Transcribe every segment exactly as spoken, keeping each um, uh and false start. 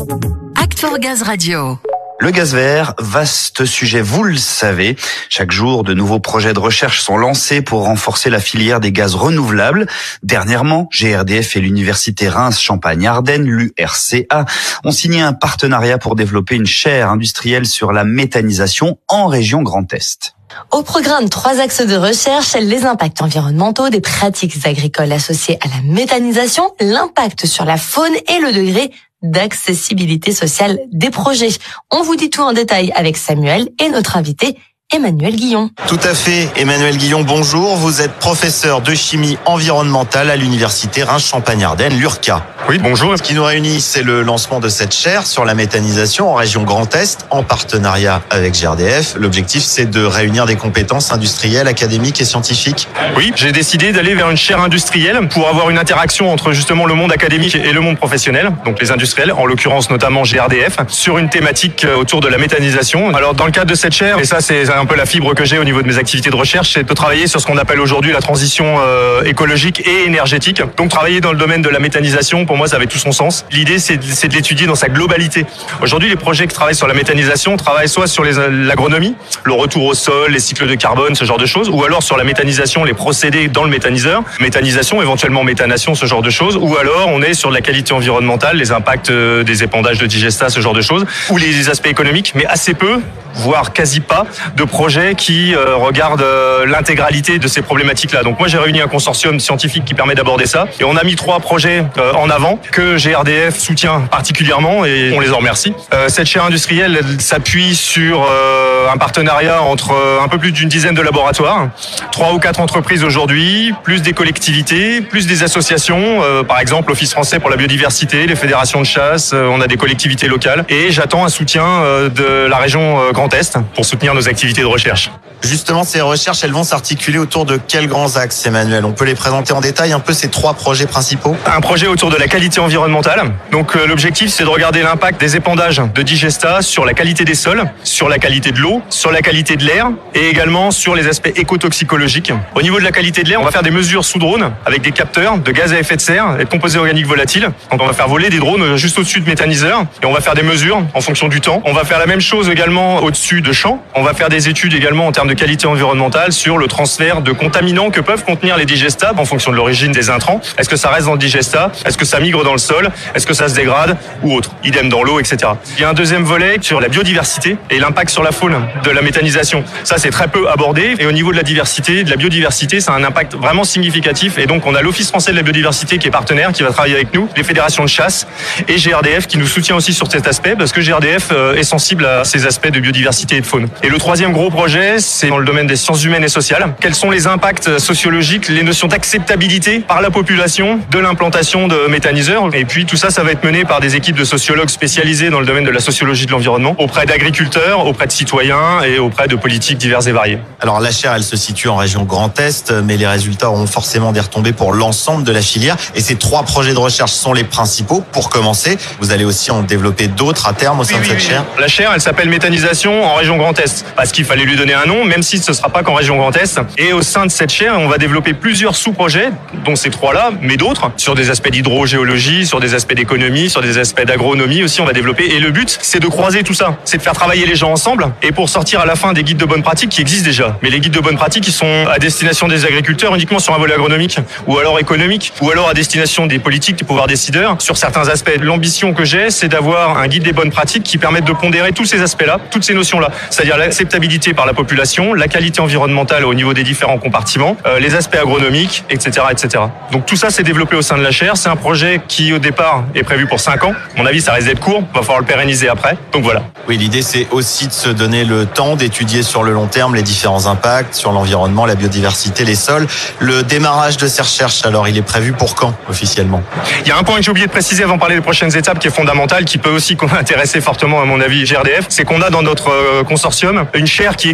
Act for Gaz Radio. Le gaz vert, vaste sujet, vous le savez. Chaque jour, de nouveaux projets de recherche sont lancés pour renforcer la filière des gaz renouvelables. Dernièrement, G R D F et l'université Reims-Champagne-Ardenne, l'U R C A, ont signé un partenariat pour développer une chaire industrielle sur la méthanisation en région Grand Est. Au programme, trois axes de recherche, les impacts environnementaux des pratiques agricoles associées à la méthanisation, l'impact sur la faune et le degré d'accessibilité sociale des projets. On vous dit tout en détail avec Samuel et notre invité Emmanuel Guillon. Tout à fait, Emmanuel Guillon, bonjour. Vous êtes professeur de chimie environnementale à l'université Reims-Champagne-Ardenne, l'U R C A. Oui, bonjour. Ce qui nous réunit, c'est le lancement de cette chaire sur la méthanisation en région Grand Est, en partenariat avec G R D F. L'objectif, c'est de réunir des compétences industrielles, académiques et scientifiques. Oui, j'ai décidé d'aller vers une chaire industrielle pour avoir une interaction entre justement le monde académique et le monde professionnel, donc les industriels, en l'occurrence notamment G R D F, sur une thématique autour de la méthanisation. Alors dans le cadre de cette chaire, et ça c'est un peu la fibre que j'ai au niveau de mes activités de recherche, c'est de travailler sur ce qu'on appelle aujourd'hui la transition euh, écologique et énergétique. Donc travailler dans le domaine de la méthanisation, pour moi ça avait tout son sens. L'idée c'est de, c'est de l'étudier dans sa globalité. Aujourd'hui les projets qui travaillent sur la méthanisation travaillent soit sur les, l'agronomie, le retour au sol, les cycles de carbone, ce genre de choses, ou alors sur la méthanisation, les procédés dans le méthaniseur, méthanisation, éventuellement méthanation, ce genre de choses, ou alors on est sur la qualité environnementale, les impacts euh, des épandages de digestat, ce genre de choses, ou les aspects économiques, mais assez peu, voire quasi pas, de projets qui euh, regardent euh, l'intégralité de ces problématiques-là. Donc moi j'ai réuni un consortium scientifique qui permet d'aborder ça, et on a mis trois projets euh, en avant que G R D F soutient particulièrement et on les en remercie. Euh, cette chaire industrielle elle, s'appuie sur euh, un partenariat entre euh, un peu plus d'une dizaine de laboratoires, trois ou quatre entreprises aujourd'hui, plus des collectivités, plus des associations, euh, par exemple l'Office français pour la biodiversité, les fédérations de chasse, euh, on a des collectivités locales, et j'attends un soutien euh, de la région euh, Grand Est pour soutenir nos activités de recherche. Justement, ces recherches, elles vont s'articuler autour de quels grands axes, Emmanuel? On peut les présenter en détail un peu ces trois projets principaux? Un projet autour de la qualité environnementale. Donc euh, l'objectif, c'est de regarder l'impact des épandages de digestat sur la qualité des sols, sur la qualité de l'eau, sur la qualité de l'air et également sur les aspects écotoxicologiques. Au niveau de la qualité de l'air, on va faire des mesures sous drone avec des capteurs de gaz à effet de serre et de composés organiques volatiles. Donc on va faire voler des drones juste au-dessus de méthaniseurs et on va faire des mesures en fonction du temps. On va faire la même chose également au-dessus de champs. On va faire des études également en termes de qualité environnementale sur le transfert de contaminants que peuvent contenir les digestats en fonction de l'origine des intrants. Est-ce que ça reste dans le digestat? Est-ce que ça migre dans le sol? Est-ce que ça se dégrade? Ou autre. Idem dans l'eau, et cetera. Il y a un deuxième volet sur la biodiversité et l'impact sur la faune de la méthanisation. Ça, c'est très peu abordé. Et au niveau de la diversité, de la biodiversité, ça a un impact vraiment significatif. Et donc, on a l'Office français de la biodiversité qui est partenaire, qui va travailler avec nous, les fédérations de chasse et G R D F qui nous soutient aussi sur cet aspect parce que G R D F est sensible à ces aspects de biodiversité et de faune. Et le troisième gros projet, c'est dans le domaine des sciences humaines et sociales. Quels sont les impacts sociologiques, les notions d'acceptabilité par la population de l'implantation de méthaniseurs? Et puis tout ça, ça va être mené par des équipes de sociologues spécialisés dans le domaine de la sociologie de l'environnement, auprès d'agriculteurs, auprès de citoyens et auprès de politiques diverses et variées. Alors la chaire, elle se situe en région Grand Est, mais les résultats auront forcément des retombées pour l'ensemble de la filière. Et ces trois projets de recherche sont les principaux. Pour commencer, vous allez aussi en développer d'autres à terme au sein oui, de cette oui, chaire? La chaire, elle s'appelle méthanisation en région Grand Est, parce qu'il fallait lui donner un nom, même si ce ne sera pas qu'en région Grand Est. Et au sein de cette chaire, on va développer plusieurs sous-projets, dont ces trois-là, mais d'autres, sur des aspects d'hydrogéologie, sur des aspects d'économie, sur des aspects d'agronomie aussi, on va développer. Et le but, c'est de croiser tout ça, c'est de faire travailler les gens ensemble, et pour sortir à la fin des guides de bonne pratique qui existent déjà. Mais les guides de bonne pratique, ils sont à destination des agriculteurs uniquement sur un volet agronomique, ou alors économique, ou alors à destination des politiques, des pouvoirs décideurs, sur certains aspects. L'ambition que j'ai, c'est d'avoir un guide des bonnes pratiques qui permette de pondérer tous ces aspects-là, toutes ces notions-là, c'est-à-dire l'acceptabilité par la population, la qualité environnementale au niveau des différents compartiments, euh, les aspects agronomiques, et cetera, et cetera. Donc tout ça, c'est développé au sein de la chaire. C'est un projet qui, au départ, est prévu pour cinq ans. À mon avis, ça risque d'être court. Il va falloir le pérenniser après. Donc voilà. Oui, l'idée, c'est aussi de se donner le temps d'étudier sur le long terme les différents impacts sur l'environnement, la biodiversité, les sols. Le démarrage de ces recherches, alors, il est prévu pour quand, officiellement? Il y a un point que j'ai oublié de préciser avant de parler des prochaines étapes qui est fondamental, qui peut aussi intéresser fortement, à mon avis, G R D F. C'est qu'on a dans notre consortium une chaire qui existe déjà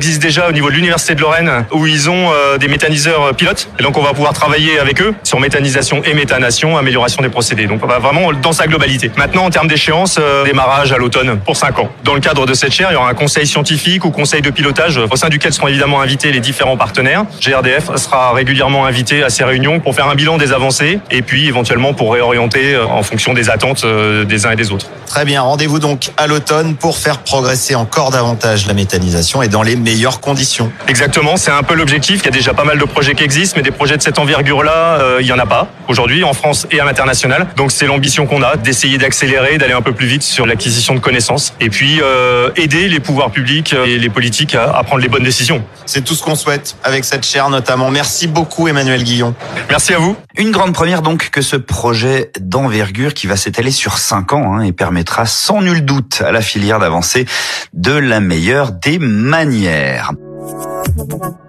ça au niveau de l'Université de Lorraine où ils ont euh, des méthaniseurs pilotes. Et donc on va pouvoir travailler avec eux sur méthanisation et méthanation, amélioration des procédés. Donc on va vraiment dans sa globalité. Maintenant en termes d'échéance, euh, démarrage à l'automne pour cinq ans. Dans le cadre de cette chaire, il y aura un conseil scientifique ou conseil de pilotage au sein duquel seront évidemment invités les différents partenaires. G R D F sera régulièrement invité à ces réunions pour faire un bilan des avancées et puis éventuellement pour réorienter en fonction des attentes des uns et des autres. Très bien, rendez-vous donc à l'automne pour faire progresser encore davantage la méthanisation et dans les meilleures conditions. Exactement, c'est un peu l'objectif. Il y a déjà pas mal de projets qui existent, mais des projets de cette envergure-là, euh, il y en a pas aujourd'hui en France et à l'international. Donc c'est l'ambition qu'on a d'essayer d'accélérer, d'aller un peu plus vite sur l'acquisition de connaissances et puis euh, aider les pouvoirs publics et les politiques à, à prendre les bonnes décisions. C'est tout ce qu'on souhaite avec cette chaire notamment. Merci beaucoup Emmanuel Guillon. Merci à vous. Une grande première donc que ce projet d'envergure qui va s'étaler sur cinq ans hein, et permettra sans nul doute à la filière d'avancer de la meilleure des manières.